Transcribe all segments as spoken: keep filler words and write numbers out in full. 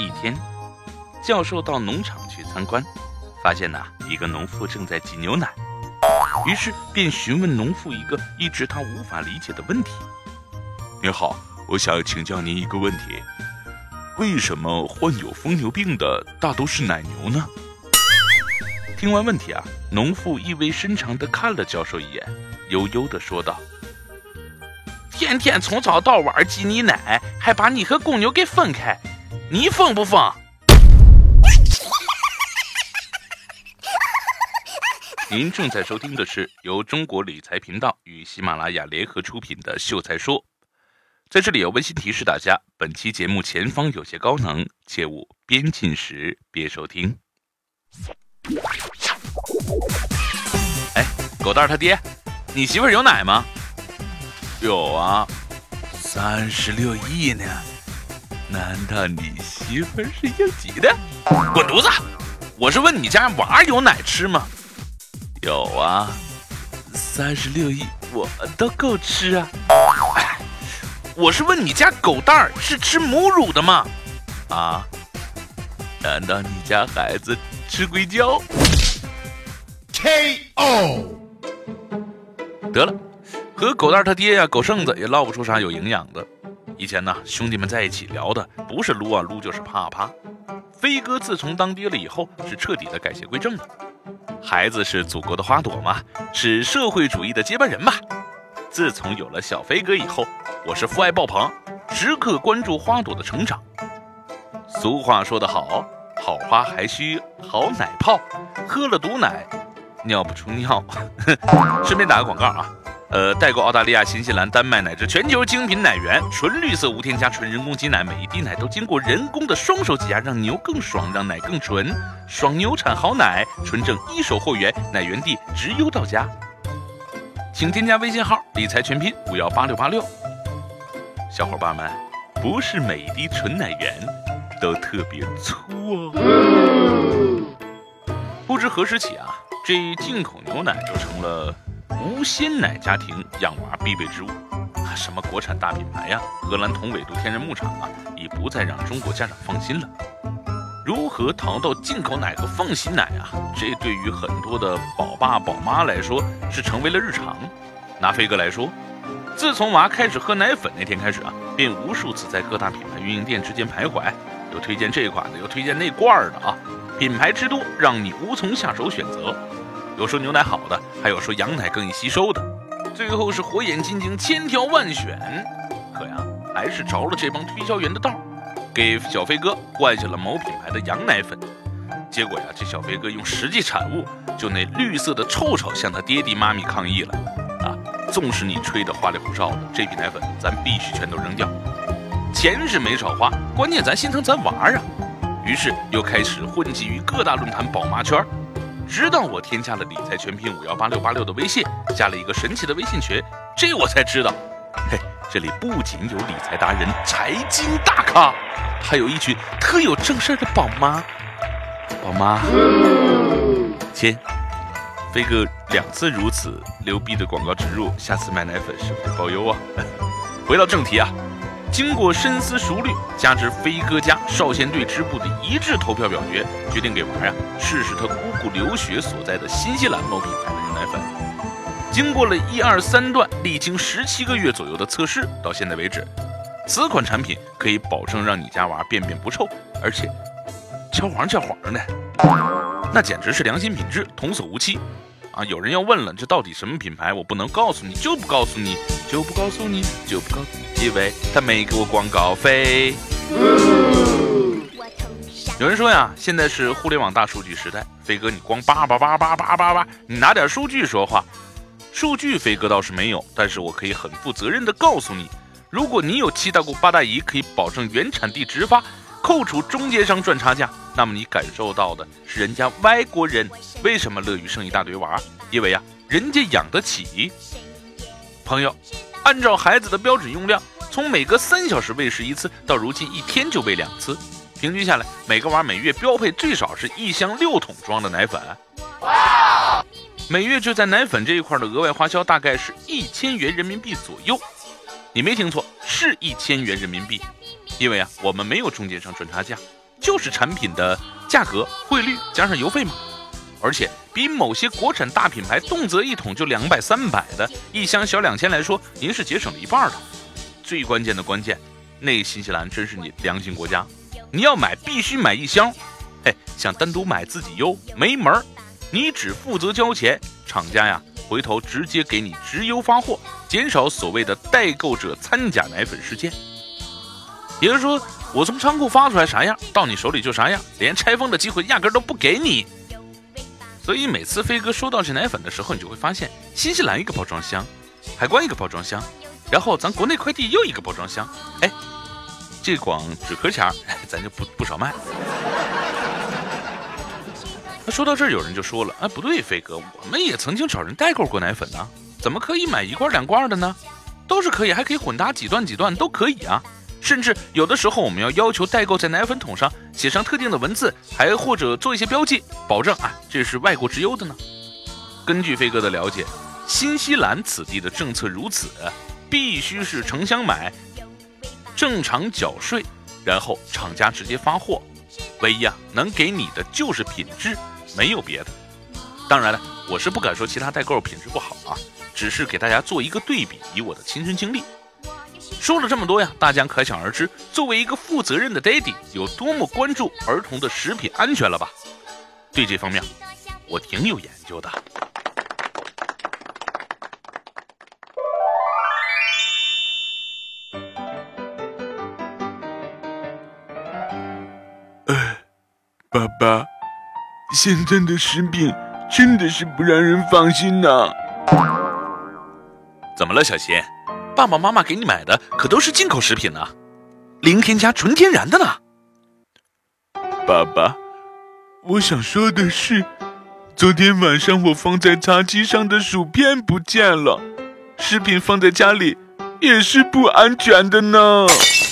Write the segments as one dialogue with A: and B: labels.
A: 一天，教授到农场去参观，发现呐、啊，一个农妇正在挤牛奶，于是便询问农妇一个一直他无法理解的问题。
B: 你好，我想请教您一个问题，为什么患有疯牛病的大都是奶牛呢？
A: 听完问题啊，农妇意味深长地看了教授一眼，悠悠地说道：天天从早到晚挤你奶，还把你和公牛给分开，你疯不疯？您正在收听的是由中国理财频道与喜马拉雅联合出品的《秀才说》。在这里要温馨提示大家，本期节目前方有些高能，切勿边进食边收听。哎，狗蛋他爹，你媳妇儿有奶吗？
B: 有啊，三十六亿呢。难道你媳妇儿是应急的？
A: 滚犊子！我是问你家娃有奶吃吗？
B: 有啊，三十六亿我都够吃啊。
A: 哎，我是问你家狗蛋是吃母乳的吗？
B: 啊？难道你家孩子吃硅胶
C: ？K O
A: 得了，和狗蛋他爹呀、狗剩子也唠不出啥有营养的。以前呢，兄弟们在一起聊的不是撸啊撸就是啪啊啪。飞哥自从当爹了以后，是彻底的改邪归正了。孩子是祖国的花朵嘛，是社会主义的接班人嘛。自从有了小飞哥以后，我是父爱爆棚，时刻关注花朵的成长。俗话说得好，好花还需好奶泡，喝了毒奶尿不出尿。顺便打个广告啊，呃，代购澳大利亚、新西兰、丹麦乃至全球精品奶源，纯绿色无添加纯人工挤奶，每一滴奶都经过人工的双手挤压，让牛更爽，让奶更纯，爽牛产好奶，纯正一手货源，奶源地直邮到家。请添加微信号理财全拼五幺八六八六。小伙伴们，不是每一滴纯奶源都特别粗哦。不知何时起啊，这进口牛奶就成了无鲜奶家庭养娃必备之物。什么国产大品牌呀、啊，荷兰同纬度天然牧场啊，已不再让中国家长放心了。如何淘到进口奶和放心奶啊？这对于很多的宝爸宝妈来说是成为了日常。拿飞哥来说，自从娃开始喝奶粉那天开始啊，便无数次在各大品牌运营店之间徘徊，有推荐这款的，有推荐那罐的啊。品牌之多，让你无从下手选择。有说牛奶好的，还有说羊奶更易吸收的，最后是火眼金睛，千挑万选。可呀，还是着了这帮推销员的道，给小飞哥灌下了某品牌的羊奶粉。结果呀，这小飞哥用实际产物，就那绿色的臭臭向他爹地妈咪抗议了啊！纵使你吹得花里胡哨的，这批奶粉咱必须全都扔掉。钱是没少花，关键咱心疼咱娃啊！于是又开始混迹于各大论坛宝妈圈，直到我添加了理财全拼五幺八六八六的微信，加了一个神奇的微信群，这我才知道，嘿，这里不仅有理财达人、财经大咖，还有一群特有正事的宝妈。宝妈，亲，飞哥两次如此牛逼的广告植入，下次买奶粉是不是包邮啊？回到正题啊。经过深思熟虑，加之飞哥家少先队支部的一致投票表决，决定给娃呀试试他姑姑留学所在的新西兰某品牌的人奶粉。经过了一二三段，历经十七个月左右的测试，到现在为止，此款产品可以保证让你家娃便便不臭，而且焦黄焦黄的，那简直是良心品质，童叟无欺啊！有人要问了，这到底什么品牌？我不能告诉你，就不告诉你，就不告诉你，就不告诉你，因为他没给我广告费。有人说呀，现在是互联网大数据时代，飞哥你光叭叭叭叭叭叭叭，你拿点数据说话。数据飞哥倒是没有，但是我可以很负责任的告诉你，如果你有七大姑八大姨，可以保证原产地直发，扣除中间商赚差价，那么你感受到的是人家外国人为什么乐于生一大堆娃，因为啊，人家养得起。朋友，按照孩子的标准用量，从每隔三小时喂食一次，到如今一天就喂两次，平均下来，每个娃每月标配最少是一箱六桶装的奶粉。哇！每月就在奶粉这一块的额外花销大概是一千元人民币左右。你没听错，是一千元人民币。因为啊，我们没有中间商赚差价， 就是产品的价格、汇率加上邮费嘛。而且比某些国产大品牌动辄一桶就两百、三百的，一箱小两千来说，您是节省了一半的。最关键的关键，那新西兰真是你良心国家，你要买必须买一箱。哎，想单独买自己邮没门儿，你只负责交钱，厂家呀回头直接给你直邮发货，减少所谓的代购者掺假奶粉事件。也就是说，我从仓库发出来啥样，到你手里就啥样，连拆封的机会压根都不给你。所以每次飞哥收到这奶粉的时候，你就会发现新西兰一个包装箱，海关一个包装箱，然后咱国内快递又一个包装箱。哎，这光纸壳钱咱就不不少卖。那说到这儿，有人就说了，哎，不对，飞哥，我们也曾经找人代购过奶粉呢，怎么可以买一罐两罐的呢？都是可以，还可以混搭几段几段都可以啊。甚至有的时候我们要要求代购在奶粉桶上写上特定的文字，还或者做一些标记，保证啊这是外国直邮的呢。根据飞哥的了解，新西兰此地的政策如此，必须是成箱买，正常缴税，然后厂家直接发货，唯一啊能给你的就是品质，没有别的。当然了，我是不敢说其他代购品质不好啊，只是给大家做一个对比，以我的亲身经历。说了这么多呀，大家可想而知，作为一个负责任的 daddy 有多么关注儿童的食品安全了吧？对这方面，我挺有研究的。
B: 哎，爸爸，现在的食品真的是不让人放心呐。
A: 怎么了，小贤？爸爸妈妈给你买的可都是进口食品呢，零添加纯天然的呢。
B: 爸爸，我想说的是，昨天晚上我放在茶几上的薯片不见了，食品放在家里也是不安全的呢。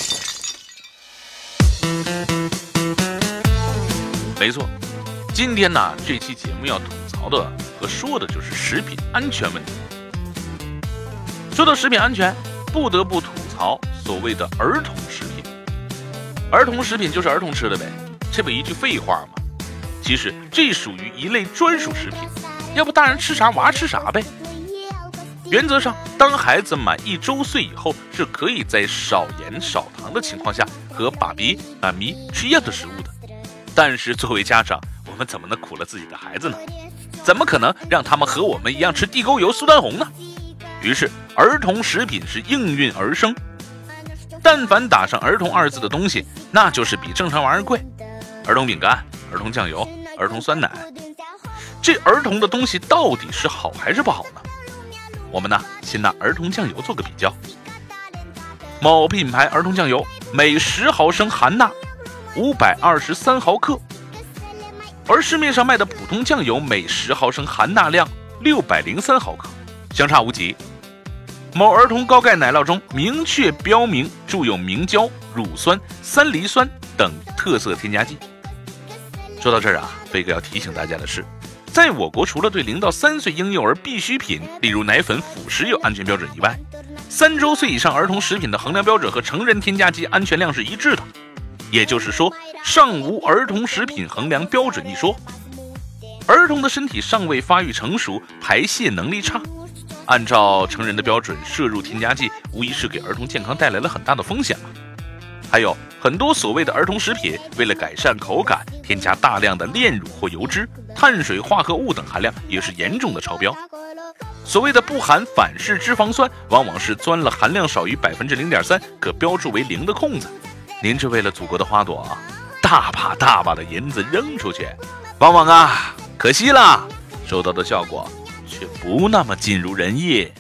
A: 没错，今天呢这期节目要吐槽的和说的就是食品安全问题。说到食品安全，不得不吐槽所谓的儿童食品。儿童食品就是儿童吃的呗，这不一句废话吗？其实这属于一类专属食品，要不大人吃啥娃吃啥呗。原则上，当孩子满一周岁以后，是可以在少盐少糖的情况下和爸比妈咪吃一样的食物的。但是作为家长，我们怎么能苦了自己的孩子呢？怎么可能让他们和我们一样吃地沟油、苏丹红呢？于是儿童食品是应运而生，但凡打上儿童二字的东西，那就是比正常玩意儿贵。儿童饼干、儿童酱油、儿童酸奶，这儿童的东西到底是好还是不好呢？我们呢先拿儿童酱油做个比较。某品牌儿童酱油每十毫升含钠五百二十三毫克，而市面上卖的普通酱油每十毫升含钠量六百零三毫克，相差无几。某儿童高钙奶酪中明确标明注有明胶、乳酸、三梨酸等特色添加剂。说到这儿啊，飞哥要提醒大家的是，在我国除了对零到三岁婴幼儿必需品，例如奶粉、辅食有安全标准以外，三周岁以上儿童食品的衡量标准和成人添加剂安全量是一致的。也就是说，尚无儿童食品衡量标准一说。儿童的身体尚未发育成熟，排泄能力差，按照成人的标准摄入添加剂，无疑是给儿童健康带来了很大的风险了。还有很多所谓的儿童食品，为了改善口感，添加大量的炼乳或油脂、碳水化合物等含量也是严重的超标。所谓的不含反式脂肪酸，往往是钻了含量少于 百分之零点三 可标注为零的空子。您这为了祖国的花朵啊，大把大把的银子扔出去，往往啊可惜啦，收到的效果却不那么尽如人意。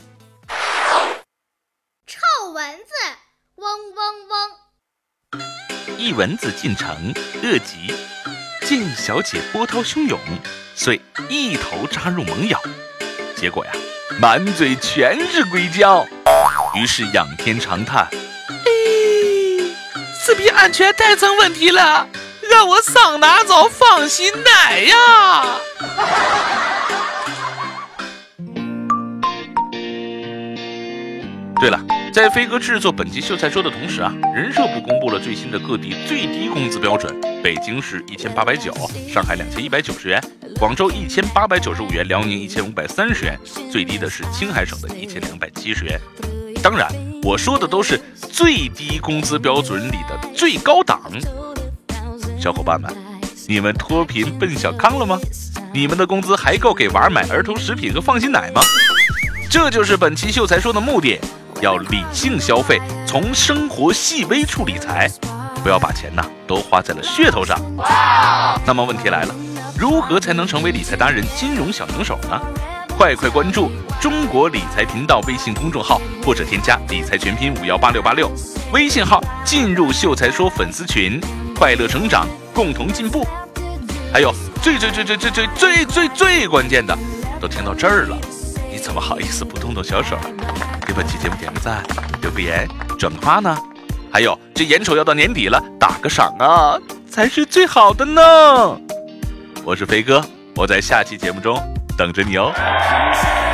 D: 臭蚊子，嗡嗡嗡！
A: 一蚊子进城，恶极。见小姐波涛汹涌，遂一头扎入猛咬，结果呀，满嘴全是硅胶。于是仰天长叹：“哎，食品安全太成问题了，让我上哪找放心奶呀？”对了， 在飞哥制作本期秀才说的同时啊，人社部公布了最新的各地最低工资标准，北京市一千八百九，上海两千一百九十元，广州一千八百九十五元，辽宁一千五百三十元，最低的是青海省的一千两百七十元。当然，我说的都是最低工资标准里的最高档。小伙伴们，你们脱贫奔小康了吗？你们的工资还够给娃买儿童食品和放心奶吗？这就是本期秀才说的目的，要理性消费，从生活细微处理财，不要把钱呐都花在了噱头上。那么问题来了，如何才能成为理财达人、金融小能手呢？快快关注中国理财频道微信公众号，或者添加理财全拼五幺八六八六微信号，进入秀才说粉丝群，快乐成长，共同进步。还有最最最最最最最最最关键的，都听到这儿了，你怎么好意思不动动小手，给本期节目点个赞，留个言，转个发呢？还有这眼瞅要到年底了，打个赏啊，才是最好的呢。我是飞哥，我在下期节目中等着你哦。